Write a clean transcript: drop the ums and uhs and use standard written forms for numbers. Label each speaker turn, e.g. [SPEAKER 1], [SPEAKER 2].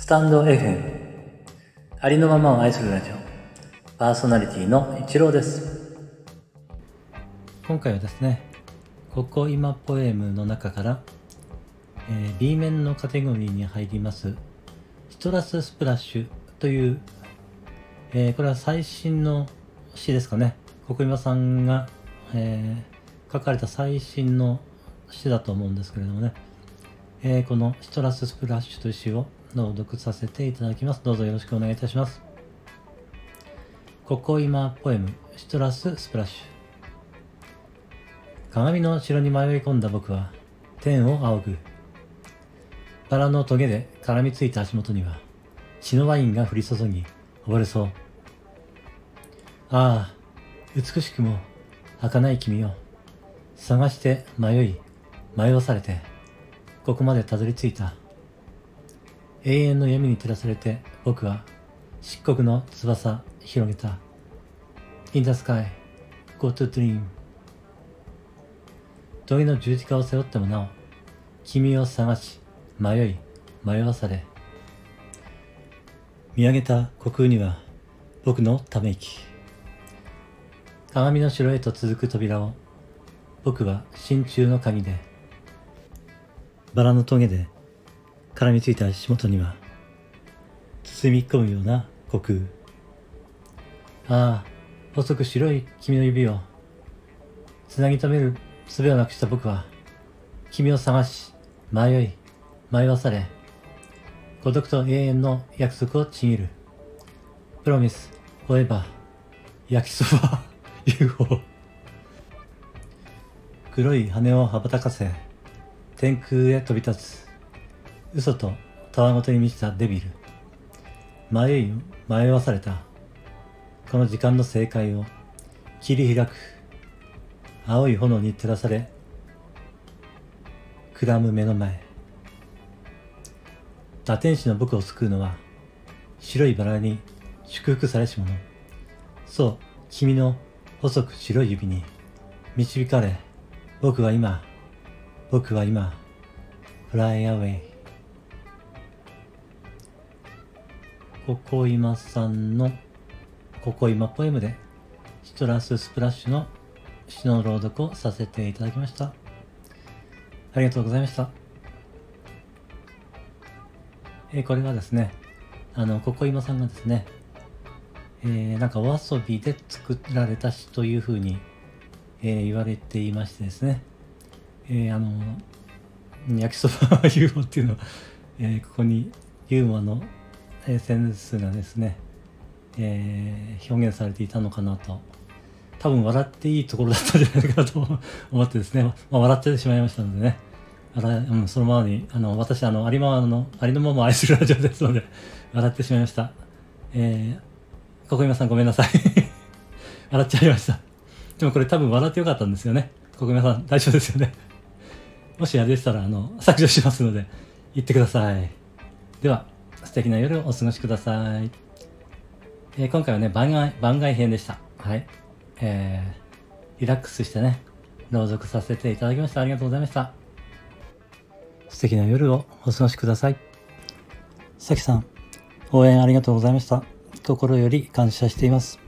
[SPEAKER 1] スタンド FM ありのままを愛するラジオパーソナリティの一郎です。今回はですね、ここ今ポエムの中から、B 面のカテゴリーに入りますシトラススプラッシュという、これは最新の詩ですかね。ここ今さんが、書かれた最新の詩だと思うんですけれどもね、このシトラススプラッシュという詩を朗読させていただきます。どうぞよろしくお願いいたします。ここ今ポエムシトラススプラッシュ。鏡の城に迷い込んだ僕は天を仰ぐ。バラのトゲで絡みついた足元には血のワインが降り注ぎ溺れそう。ああ、美しくも儚い君を探して迷わされてここまでたどり着いた。永遠の闇に照らされて僕は漆黒の翼広げた。 In the sky, go to dream。 峠の十字架を背負ってもなお君を探し迷わされ、見上げた虚空には僕のため息。鏡の城へと続く扉を僕は真鍮の鍵で、バラの棘で絡みついた足元には包み込むような虚空。ああ、細く白い君の指をつなぎ止める術をなくした僕は君を探し迷わされ、孤独と永遠の約束をちぎる。プロミスフォーエバー焼きそばUFO。 黒い羽を羽ばたかせ天空へ飛び立つ嘘とたわごとに満ちたデビル。迷わされたこの時間の正解を切り開く。青い炎に照らされくらむ目の前。堕天使の僕を救うのは白いバラに祝福されし者。そう、君の細く白い指に導かれ、僕は今フライアウェイ。ここ今さんのここ今ポエムでシトラススプラッシュの詩の朗読をさせていただきました。ありがとうございました。これはですね、ここ今さんがですね、なんかお遊びで作られた詩というふうに、言われていましてですね、焼きそば UFO っていうのは、ここにユーモアのセンスがですね、表現されていたのかなと。多分笑っていいところだったんじゃないかなと思ってですね、笑ってしまいましたのでね、そのままに私ありのまま愛するラジオですので笑ってしまいました。ここ今さんごめんなさい笑っちゃいました。でもこれ多分笑ってよかったんですよね。ここ今さん大丈夫ですよねもしあれでしたら削除しますので言ってください。では素敵な夜をお過ごしください。今回はね番外編でした。はい、リラックスしてね朗読させていただきました。ありがとうございました。素敵な夜をお過ごしください。さきさん、応援ありがとうございました。心より感謝しています。